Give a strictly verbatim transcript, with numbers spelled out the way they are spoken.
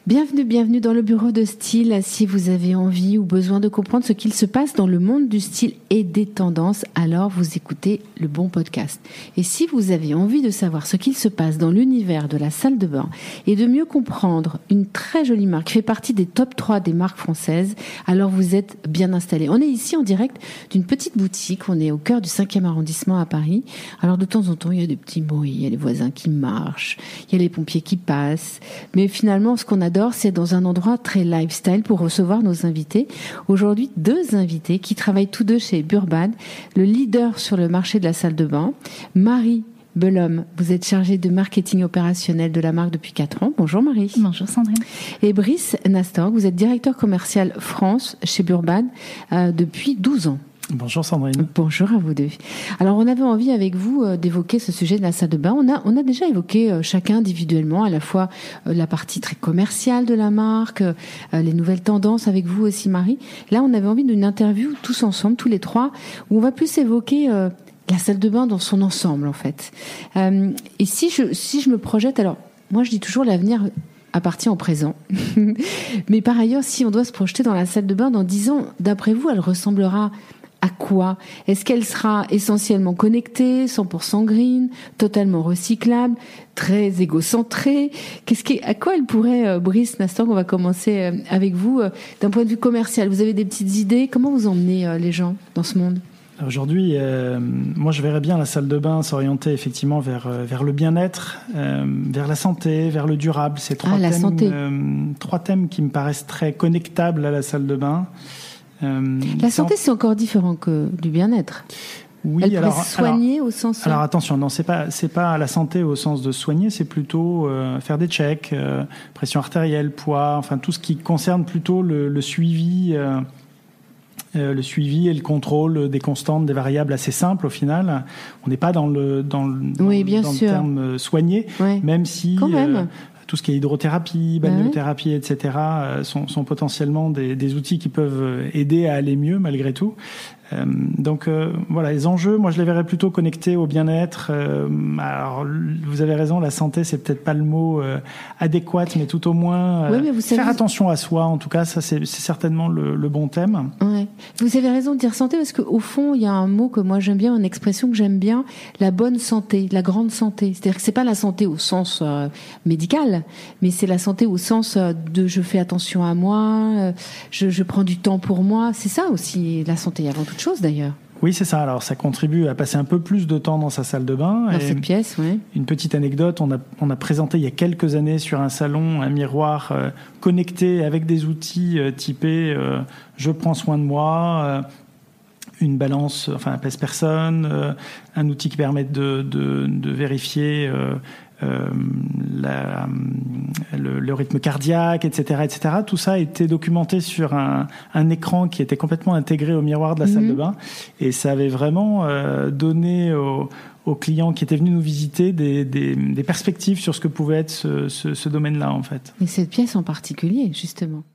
Bienvenue, bienvenue dans le bureau de style. Si vous avez envie ou besoin de comprendre ce qu'il se passe dans le monde du style et des tendances, alors vous écoutez le bon podcast. Et si vous avez envie de savoir ce qu'il se passe dans l'univers de la salle de bain et de mieux comprendre une très jolie marque qui fait partie des top trois des marques françaises, alors vous êtes bien installés. On est ici en direct d'une petite boutique. On est au cœur du cinquième arrondissement à Paris. Alors de temps en temps, il y a des petits bruits, il y a les voisins qui marchent, il y a les pompiers qui passent. Mais finalement, ce qu'on a c'est dans un endroit très lifestyle pour recevoir nos invités. Aujourd'hui, deux invités qui travaillent tous deux chez Burbad, le leader sur le marché de la salle de bain. Marie Belhomme, vous êtes chargée de marketing opérationnel de la marque depuis quatre ans. Bonjour Marie. Bonjour Sandrine. Et Brice Nastorg, vous êtes directeur commercial France chez Burbad euh, depuis douze ans. Bonjour Sandrine. Bonjour à vous deux. Alors on avait envie avec vous euh, d'évoquer ce sujet de la salle de bain. On a on a déjà évoqué euh, chacun individuellement à la fois euh, la partie très commerciale de la marque, euh, les nouvelles tendances avec vous aussi Marie. Là on avait envie d'une interview tous ensemble, tous les trois, où on va plus évoquer euh, la salle de bain dans son ensemble en fait. Euh, et si je si je me projette, alors moi je dis toujours l'avenir appartient au présent. Mais par ailleurs, si on doit se projeter dans la salle de bain dans dix ans, d'après vous, elle ressemblera à quoi? Est-ce qu'elle sera essentiellement connectée, cent pour cent green, totalement recyclable, très égocentrée? Qu'est-ce qui, à quoi elle pourrait, euh, Brice Nastorg, on va commencer euh, avec vous, euh, d'un point de vue commercial. Vous avez des petites idées? Comment vous emmenez euh, les gens dans ce monde? Aujourd'hui, euh, moi je verrais bien la salle de bain s'orienter effectivement vers, euh, vers le bien-être, euh, vers la santé, vers le durable. C'est trois, ah, la thèmes, santé. Euh, trois thèmes qui me paraissent très connectables à la salle de bain. Euh, la santé, c'est encore différent que du bien-être. Oui, elle alors, pourrait soigner alors, au sens. Alors attention, non, c'est pas c'est pas la santé au sens de soigner, c'est plutôt euh, faire des checks, euh, pression artérielle, poids, enfin tout ce qui concerne plutôt le, le suivi, euh, euh, le suivi et le contrôle des constantes, des variables assez simples au final. On n'est pas dans le dans le, dans, oui, bien dans sûr. le terme soigner, ouais. même si. Quand même. Euh, tout ce qui est hydrothérapie, balnéothérapie, ouais. et cetera, sont, sont potentiellement des, des outils qui peuvent aider à aller mieux malgré tout. Euh, donc euh, voilà, les enjeux, moi je les verrais plutôt connectés au bien-être. Euh, alors vous avez raison, la santé c'est peut-être pas le mot euh, adéquat, mais tout au moins euh, ouais, mais vous savez, faire attention à soi. En tout cas, ça c'est, c'est certainement le, le bon thème. Ouais. Vous avez raison de dire santé parce qu'au fond il y a un mot que moi j'aime bien, une expression que j'aime bien, la bonne santé, la grande santé. C'est-à-dire que c'est pas la santé au sens euh, médical, mais c'est la santé au sens de je fais attention à moi, euh, je, je prends du temps pour moi. C'est ça aussi la santé avant toute chose d'ailleurs. Oui, c'est ça. Alors, ça contribue à passer un peu plus de temps dans sa salle de bain. Dans et cette pièce, oui. Une petite anecdote, on a, on a présenté il y a quelques années sur un salon un miroir euh, connecté avec des outils euh, typés euh, « je prends soin de moi euh, », une balance, enfin un pèse-personne, euh, un outil qui permet de, de, de vérifier euh, euh, la, le, le rythme cardiaque, et cetera, et cetera. Tout ça a été documenté sur un, un écran qui était complètement intégré au miroir de la mmh. salle de bain, et ça avait vraiment euh, donné aux, aux clients qui étaient venus nous visiter des, des, des perspectives sur ce que pouvait être ce, ce, ce domaine-là, en fait. Et cette pièce en particulier, justement.